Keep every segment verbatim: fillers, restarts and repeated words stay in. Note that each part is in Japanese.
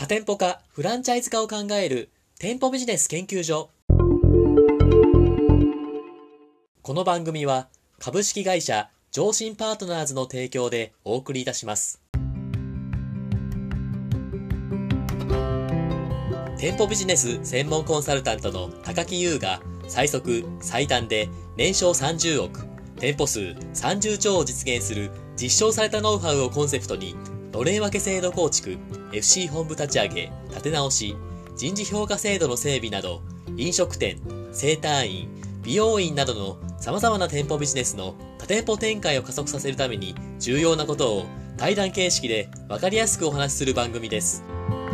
多店舗化、フランチャイズ化を考える店舗ビジネス研究所。この番組は株式会社上信パートナーズの提供でお送りいたします。店舗ビジネス専門コンサルタントの高木優が最速最短で年商さんじゅうおく、店舗数さんじゅうちょうを実現する実証されたノウハウをコンセプトに、のれん分け制度構築、エフシー 本部立ち上げ、立て直し、人事評価制度の整備など、飲食店、整体院、美容院などの様々な店舗ビジネスの多店舗展開を加速させるために重要なことを対談形式で分かりやすくお話しする番組です。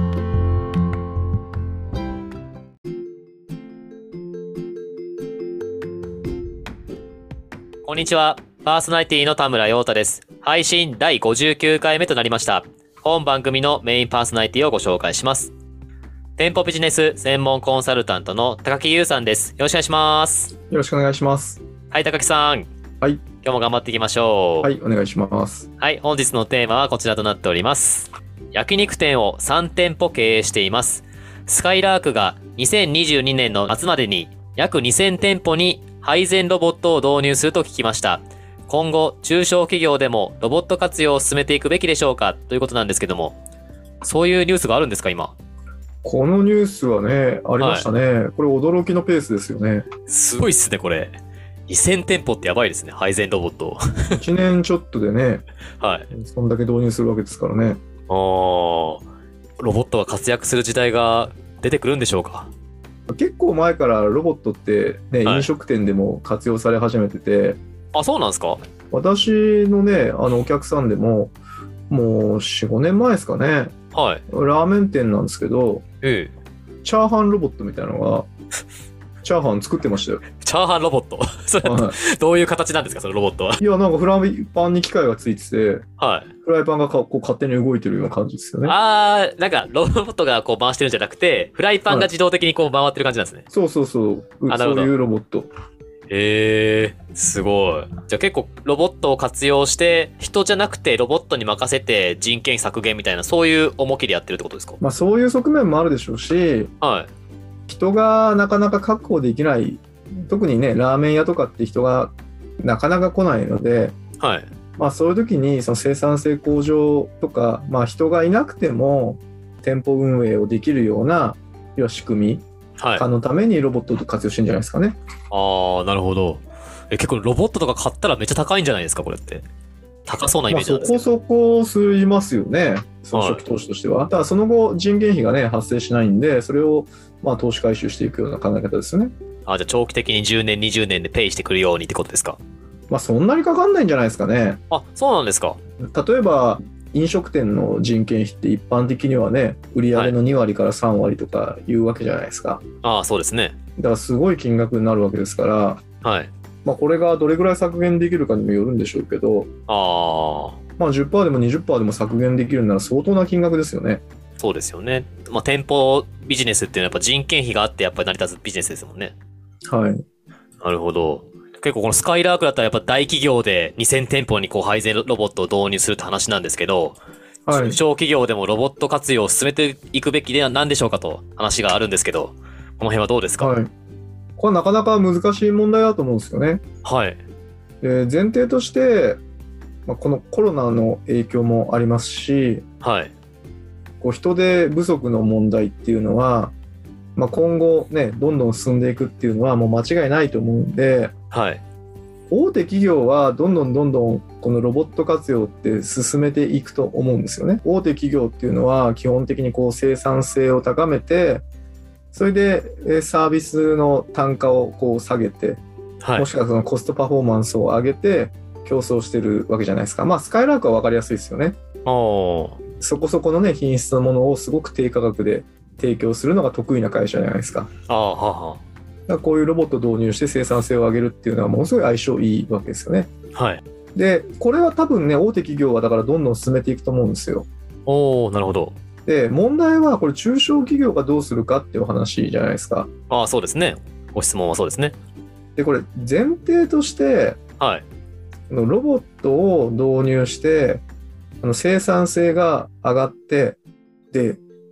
こんにちは。パーソナリティの田村陽太です。配信だいごじゅうきゅうかいめとなりました。本番組のメインパーソナリティをご紹介します。店舗ビジネス専門コンサルタントの高木優さんです。よろしくお願いします。 よろしくお願いします。 はい、高木さん。 はい。 今日も頑張っていきましょう。 はい、お願いします。 はい、本日のテーマはこちらとなっております。焼肉店をさん店舗経営しています。スカイラークがにせんにじゅうにねんの夏までに約にせん店舗に配膳ロボットを導入すると聞きました。今後、中小企業でもロボット活用を進めていくべきでしょうかということなんですけども、そういうニュースがあるんですか、今。 このニュースはね、ありましたね。はい、これ驚きのペースですよね。 すごいっすね、これ。にせん店舗ってやばいですね、配膳ロボット。 いちねんちょっとでね、 はい。 そんだけ導入するわけですからね。 あー、ロボットが活躍する時代が出てくるんでしょうか。 結構前からロボットってね、はい、飲食店でも活用され始めてて、 あ、そうなんですか。 私のね、あのお客さんでも、もうよん、ごねんまえですかね。 はい。 ラーメン店なんですけど、 ええ、 チャーハンロボットみたいなのが、チャーハン作ってましたよ。 チャーハンロボットそれは、はい、どういう形なんですか、そのロボットは。 いや、なんかフライパンに機械がついてて、 はい。 フライパンがこう勝手に動いてるような感じですよね。 あー、なんかロボットがこう回してるんじゃなくて、フライパンが自動的にこう回ってる感じなんですね。はい、 そうそうそう。そういうロボット。 へえー、すごい。じゃあ結構ロボットを活用して、人じゃなくてロボットに任せて人件費削減みたいな、そういう重きでやってるってことですか？ まあそういう側面もあるでしょうし、 はい。 人がなかなか確保できない、特にね、ラーメン屋とかって人がなかなか来ないので、 はい。まあそういう時にその生産性向上とか、まあ人がいなくても店舗運営をできるような要は仕組み、はい、のためにロボットを活用してるんじゃないですかね。 ああ、なるほど。え、結構ロボットとか買ったらめっちゃ高いんじゃないですか、これって。高そうなイメージなんですけど。 まあ、そこそこすいますよね、その初期投資としては。はい、ただその後人件費がね発生しないんで、それをまあ投資回収していくような考え方ですよね。 あ、じゃあ長期的にじゅうねんにじゅうねんでペイしてくるようにってことですか？ まあそんなにかかんないんじゃないですかね。 あ、そうなんですか。 例えば飲食店の人件費って一般的にはね、売上のにわりからさんわりとかいうわけじゃないですか。はい、 ああ、そうですね。 だからすごい金額になるわけですから、 はい。 まあ、これがどれぐらい削減できるかにもよるんでしょうけど、 ああ。 まあ じゅっパーセント でも にじゅっパーセント でも削減できるなら相当な金額ですよね。 そうですよね。まあ店舗ビジネスっていうのはやっぱ人件費があってやっぱり成り立つビジネスですもんね。 はい。 なるほど。結構このスカイラークだったらやっぱ大企業でにせん店舗にこう配膳ロボットを導入するって話なんですけど、はい、中小企業でもロボット活用を進めていくべきでは何でしょうかと話があるんですけど、この辺はどうですか？ はい。これはなかなか難しい問題だと思うんですよね。 はい。 で、前提として、まあ、このコロナの影響もありますし、 はい。 こう人手不足の問題っていうのは、まあ、今後ね、どんどん進んでいくっていうのはもう間違いないと思うんで、 はい。 大手企業はどんどんどんどんこのロボット活用って進めていくと思うんですよね。大手企業っていうのは基本的にこう生産性を高めて、それでサービスの単価をこう下げて、はい、もしくはそのコストパフォーマンスを上げて競争してるわけじゃないですか。まあスカイラークは分かりやすいですよね。 おそこそこのね品質のものをすごく低価格で提供するのが得意な会社じゃないですか。 ああ、はは。だからこういうロボットを導入して生産性を上げるっていうのはものすごい相性いいわけですよね。 はい。 でこれは多分ね大手企業はだからどんどん進めていくと思うんですよ。 おお、なるほど。 で問題はこれ中小企業がどうするかっていう話じゃないですか。 ああ、そうですね。ご質問はそうですね。 でこれ前提として、 はい、 ロボットを導入してあの生産性が上がってで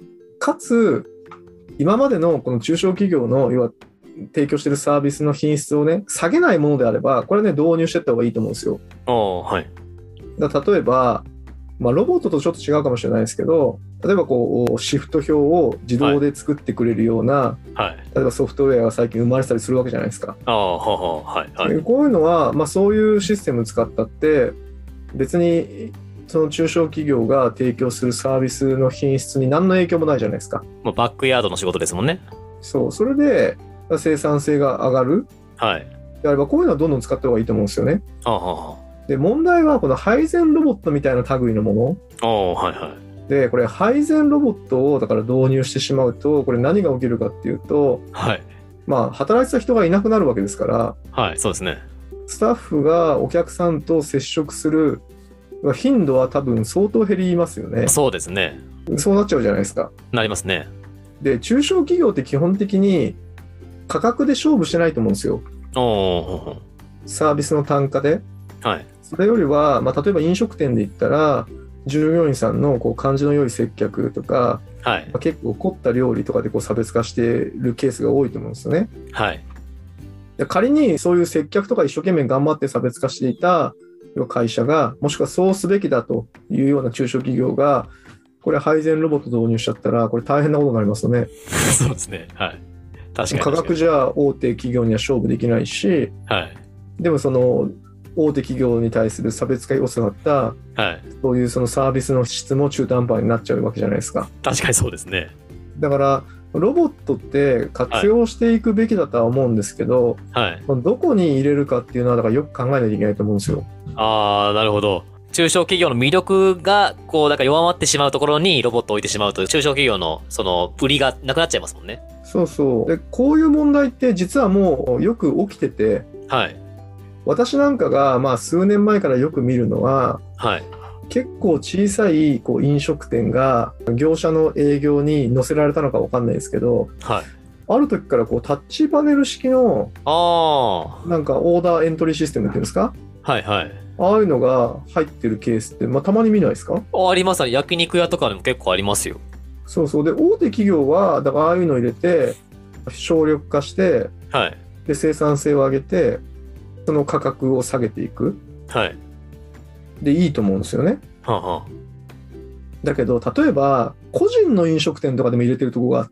かつ今までのこの中小企業の要は提供しているサービスの品質をね下げないものであれば、これね導入していった方がいいと思うんですよ。 ああ、はい。 だから例えば、まあ、ロボットとちょっと違うかもしれないですけど、例えばこうシフト表を自動で作ってくれるような、 はい、 例えばソフトウェアが最近生まれてたりするわけじゃないですか。 ああ、はは、はいはい。 こういうのは、まあ、そういうシステムを使ったって別にその中小企業が提供するサービスの品質に何の影響もないじゃないですか。 もうバックヤードの仕事ですもんね。 そう、それで生産性が上がる、 はい、 であればこういうのはどんどん使った方がいいと思うんですよね。 ああ、はは。 で問題はこの配膳ロボットみたいな類のもの、ああ、はいはい。 でこれ配膳ロボットをだから導入してしまうと、これ何が起きるかっていうと、 はい、 まあ働いてた人がいなくなるわけですから、 はい、そうですね。 スタッフがお客さんと接触する頻度は多分相当減りますよね。 そうですね。 そうなっちゃうじゃないですか。 なりますね。 で中小企業って基本的に価格で勝負してないと思うんですよ。 おサービスの単価で。 はい。 それよりは、まあ、例えば飲食店で言ったら従業員さんのこう感じの良い接客とか、 はい、 まあ、結構凝った料理とかでこう差別化しているケースが多いと思うんですよね。 はい。 で仮にそういう接客とか一生懸命頑張って差別化していた会社が、もしくはそうすべきだというような中小企業がこれ配膳ロボット導入しちゃったら、これ大変なことになりますよね。 そうですね。はい。確かに価格じゃ大手企業には勝負できないし、 はい、 でもその大手企業に対する差別化要素があった、 はい、 そういうそのサービスの質も中途半端になっちゃうわけじゃないですか。 確かにそうですね。 だからロボットって活用していくべきだとは思うんですけど、 はい、 どこに入れるかっていうのはだからよく考えないといけないと思うんですよ。 ああ、なるほど。中小企業の魅力がこうなんか弱まってしまうところにロボットを置いてしまうと、中小企業のその売りがなくなっちゃいますもんね。 そうそう。でこういう問題って実はもうよく起きてて、 はい、 私なんかがまあ数年前からよく見るのは、 はい、 結構小さいこう飲食店が業者の営業に載せられたのか分かんないですけど、 はい、 ある時からこうタッチパネル式のあなんかオーダーエントリーシステムっていうんですか、 はいはい、 ああいうのが入ってるケースって、まあ、たまに見ないですか？ ありますね。焼肉屋とかでも結構ありますよ。 そうそう。で大手企業はだからああいうのを入れて省力化して、 はい、 で生産性を上げてその価格を下げていく、 はい、 でいいと思うんですよね。 はあはあ、 だけど例えば個人の飲食店とかでも入れてるところがあって、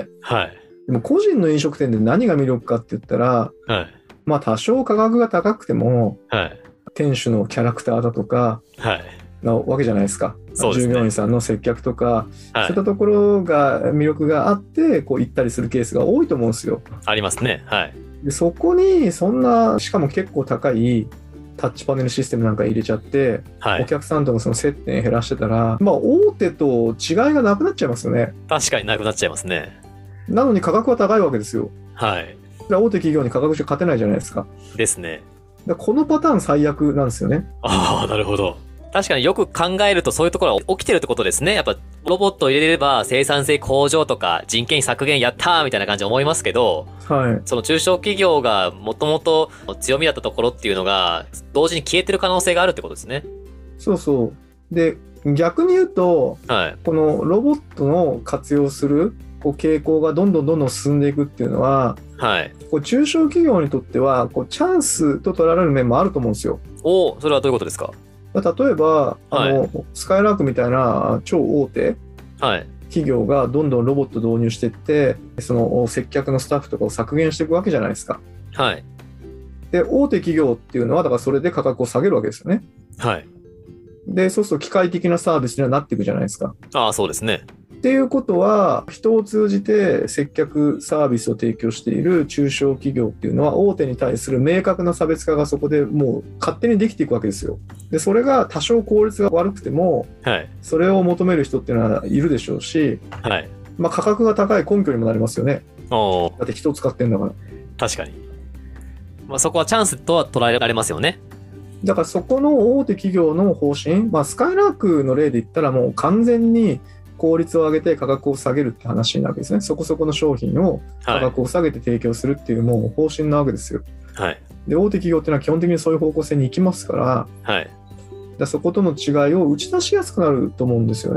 はい、 でも個人の飲食店で何が魅力かって言ったら、 はい、 まあ多少価格が高くても、 はい、 店主のキャラクターだとかなわけじゃないですか。 そうですね、 従業員さんの接客とか、 はい、 そういったところが魅力があってこう行ったりするケースが多いと思うんですよ。 ありますね。はい。 でそこにそんなしかも結構高いタッチパネルシステムなんか入れちゃって、はい、お客さんとのその接点減らしてたら、まあ大手と違いがなくなっちゃいますよね。 確かになくなっちゃいますね。 なのに価格は高いわけですよ。 はい。 大手企業に価格じゃ勝てないじゃないですか。 ですね。 だこのパターン最悪なんですよね。 ああ、なるほど。確かによく考えるとそういうところが起きてるってことですね。やっぱロボットを入れれば生産性向上とか人件費削減やったーみたいな感じで思いますけど、 はい、 その中小企業がもともと強みだったところっていうのが同時に消えてる可能性があるってことですね。 そうそう。で逆に言うと、はい、このロボットの活用するこう傾向がどんどんどんどん進んでいくっていうのは、はい、こう中小企業にとってはこうチャンスと取られる面もあると思うんですよ。 おお、それはどういうことですか？ 例えばあの、はい、スカイラークみたいな超大手、はい、企業がどんどんロボット導入していってその接客のスタッフとかを削減していくわけじゃないですか。はい、で大手企業っていうのはだからそれで価格を下げるわけですよね。はい、でそうすると機械的なサービスにはなっていくじゃないですか。 ああ、そうですね。 っていうことは人を通じて接客サービスを提供している中小企業っていうのは大手に対する明確な差別化がそこでもう勝手にできていくわけですよ。でそれが多少効率が悪くても、はい、それを求める人っていうのはいるでしょうし、はい、まあ、価格が高い根拠にもなりますよね。だって人を使ってんだから。 確かに、まあ、そこはチャンスとは捉えられますよね。 だからそこの大手企業の方針、まあ、スカイラークの例で言ったらもう完全に効率を上げて価格を下げるって話になるわけですね。そこそこの商品を価格を下げて提供するっていうもう方針なわけですよ。はい、で大手企業っていうのは基本的にそういう方向性に行きますから、はい、だそことの違いを打ち出しやすくなると思うんですよね。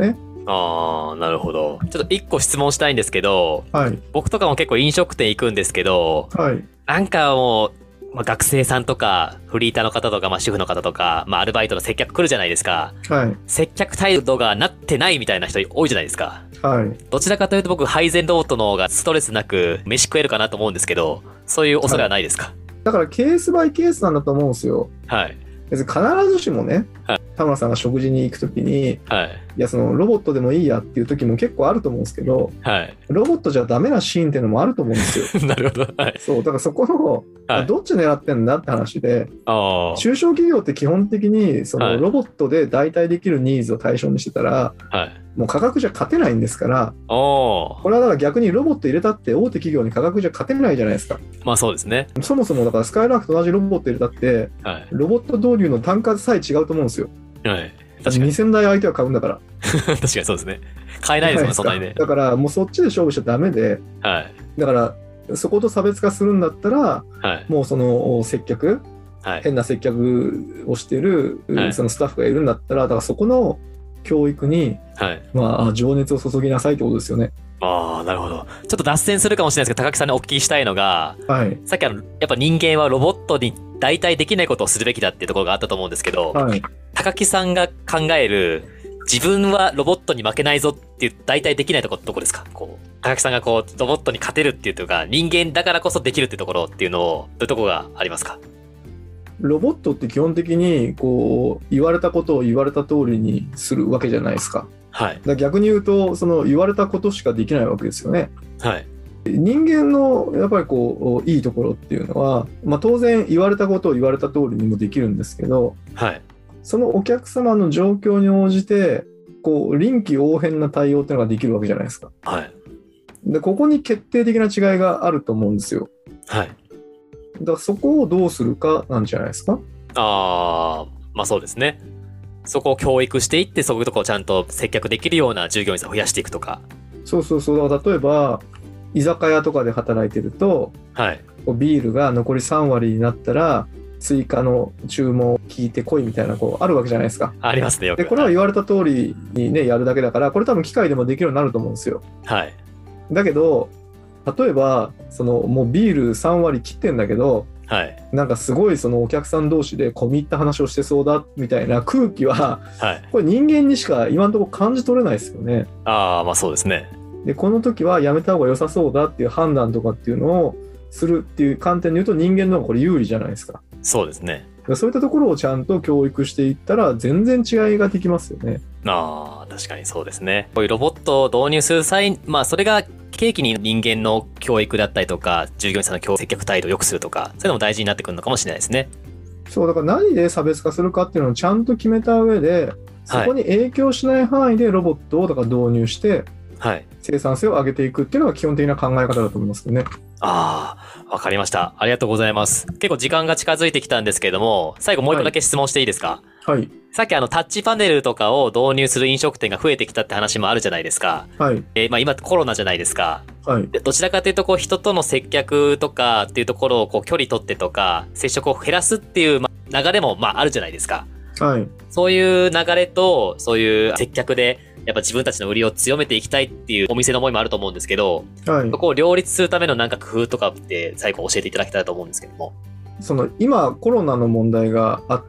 ああ、なるほど。ちょっと一個質問したいんですけど、 はい。 僕とかも結構飲食店行くんですけど、 はい。 なんかもう、まあ、学生さんとか、フリーターの方とか、まあ、主婦の方とか、まあ、アルバイトの接客来るじゃないですか。 はい。 接客態度がなってないみたいな人多いじゃないですか。 はい。 どちらかというと僕、配膳ロボットの方がストレスなく飯食えるかなと思うんですけど、そういう恐れはないですか？ だからケースバイケースなんだと思うんですよ。 はい。 別に必ずしもね、 はい田村さんが食事に行くときに、 はい。 いや、そのロボットでもいいやっていう時も結構あると思うんですけど、 はい。 ロボットじゃダメなシーンっていうのもあると思うんですよ。 なるほど。はい。 そう、だからそこの、 はいどっち狙ってんだって話で、 あ中小企業って基本的にそはいのロボットで代替できるニーズを対象にしてたら、 あ。はい。 もう価格じゃ勝てないんですから、 おー。 これはだから逆にロボット入れたって大手企業に価格じゃ勝てないじゃないですか。 まあそうですね。 そもそもだからスカイラークと同じロボット入れたって、 はい。 ロボット導入の単価さえ違うと思うんですよ。 はい。確かに。 にせんだい相手は買うんだから。 確かにそうですね。買えないですもんね、そんなにね。 だからもうそっちで勝負しちゃダメで、 はい。 だからそこと差別化するんだったら、 はい。 もうその接客、 はい。 変な接客をしてるはいそのスタッフがいるんだったら、だからそこの教育に、 はい。 まあ、情熱を注ぎなさいってことですよね。 ああ、なるほど。ちょっと脱線するかもしれないですけど、高木さんにお聞きしたいのが、 はい。 さっきあの、やっぱ人間はロボットに代替できないことをするべきだっていうところがあったと思うんですけど、 はい。 高木さんが考える、自分はロボットに負けないぞっていう代替できないところどこですか？こう、高木さんがこう、ロボットに勝てるっていうとか、人間だからこそできるっていうところっていうのを、どういうところがありますか？ ロボットって基本的にこう言われたことを言われた通りにするわけじゃないですか。 はい。 だから逆に言うと、その言われたことしかできないわけですよね。 はい。 人間のやっぱりこういいところっていうのは、まあ、当然言われたことを言われた通りにもできるんですけど、 はい。 そのお客様の状況に応じてこう臨機応変な対応っていうのができるわけじゃないですか。 はい。 でここに決定的な違いがあると思うんですよ。 はい。 だからそこをどうするかなんじゃないですか。 ああ、まあそうですね。そこを教育していって、そういうところをちゃんと接客できるような従業員さんを増やしていくとか。 そうそうそう。だから例えば居酒屋とかで働いてると、 はい。 こうビールが残りさんわりになったら追加の注文を聞いてこいみたいなこうあるわけじゃないですか。 ありますね、よく。 でこれは言われた通りにねやるだけだから、これ多分機械でもできるようになると思うんですよ。 はい。 だけど例えばそのもうビールさんわり切ってんだけど、 はい。 なんかすごいそのお客さん同士で込み入った話をしてそうだみたいな空気ははい。 これ人間にしか今のところ感じ取れないですよね。 ああ、まあそうですね。 でこの時はやめた方が良さそうだっていう判断とかっていうのをするっていう観点で言うと、人間の方がこれ有利じゃないですか。 そうですね。 そういったところをちゃんと教育していったら全然違いができますよね。 ああ、確かにそうですね。こういうロボットを導入する際、まあそれが契機に人間の教育だったりとか、従業員さんの接客態度を良くするとか、そういうのも大事になってくるのかもしれないですね。 そうだから何で差別化するかっていうのをちゃんと決めた上で、そこに影響しない範囲でロボットをだから導入してはい。 生産性を上げていくっていうのが基本的な考え方だと思いますけどね。 ああ、わかりました。ありがとうございます。結構時間が近づいてきたんですけれども、最後もう一個だけ質問していいですか？ はいさっきあのタッチパネルとかを導入する飲食店が増えてきたって話もあるじゃないですか。 はいえーまあ今コロナじゃないですか。 はいでどちらかというとこう人との接客とかっていうところをこう距離取ってとか接触を減らすっていうまあ流れもまああるじゃないですか。 はいそういう流れとそういう接客でやっぱ自分たちの売りを強めていきたいっていうお店の思いもあると思うんですけど、 はいそこを両立するためのなんか工夫とかって最後教えていただけたらと思うんですけども。 その今コロナの問題があって、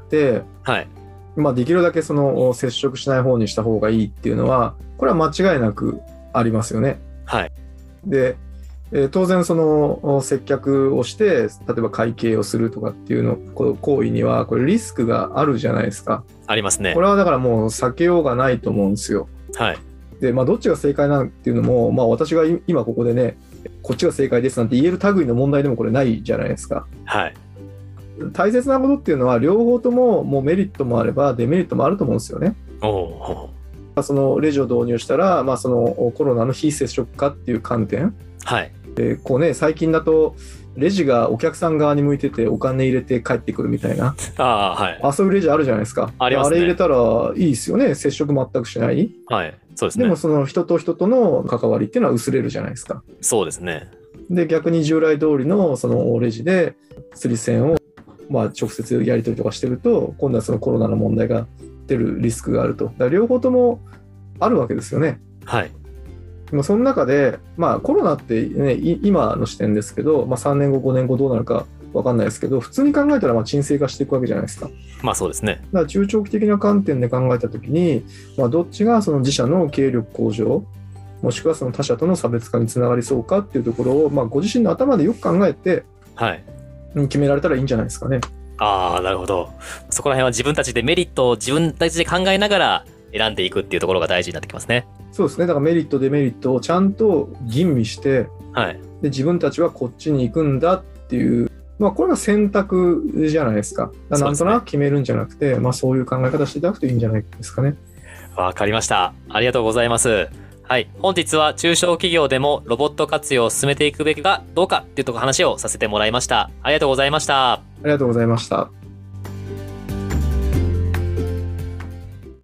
はい。 まあ、できるだけその接触しない方にした方がいいっていうのはこれは間違いなくありますよね。 はい。 で、えー当然その接客をして例えば会計をするとかっていうのこの行為にはこれリスクがあるじゃないですか。 ありますねこ。れはだからもう避けようがないと思うんですよ。 はい。 で、まあ、どっちが正解なんていうのも、まあ、私がい今ここでねこっちが正解ですなんて言える類の問題でもこれないじゃないですか。 はい。 大切なことっていうのは両方とももうメリットもあればデメリットもあると思うんですよね。 おお。 そのレジを導入したら、まあ、そのコロナの非接触化っていう観点はい。 でこう、ね、最近だとレジがお客さん側に向いててお金入れて帰ってくるみたいなああ、はい。 あそういうレジあるじゃないですか。 ありますねあれ入れたらいいですよね。接触全くしない。 はい。そうですね。 でもその人と人との関わりっていうのは薄れるじゃないですか。 そうですね。 で逆に従来通りのそのレジで釣り銭をまあ直接やり取りとかしてると今度はそのコロナの問題が出るリスクがあると。だから両方ともあるわけですよね。 はい。 でもその中で、まあ、コロナってね、今の視点ですけど、まあ、さんねんご、ごねんごどうなるか分かんないですけど、普通に考えたらまあ沈静化していくわけじゃないですか。 まあそうですね。 だから中長期的な観点で考えたときに、まあ、どっちがその自社の経営力向上、もしくはその他社との差別化につながりそうかっていうところを、まあ、ご自身の頭でよく考えて、 はい。 決められたらいいんじゃないですかね。 ああ、なるほど。そこら辺は自分たちでメリットを自分たちで考えながら選んでいくっていうところが大事になってきますね。 そうですね。だからメリット、デメリットをちゃんと吟味して、 はい。 で自分たちはこっちに行くんだっていう、まあ、これが選択じゃないですか。だからなんとなく決めるんじゃなくて、まあ、そういう考え方していただくといいんじゃないですかね。 わかりました。ありがとうございます。はい。本日は中小企業でもロボット活用を進めていくべきかどうかっていうところ話をさせてもらいました。ありがとうございました。 ありがとうございました。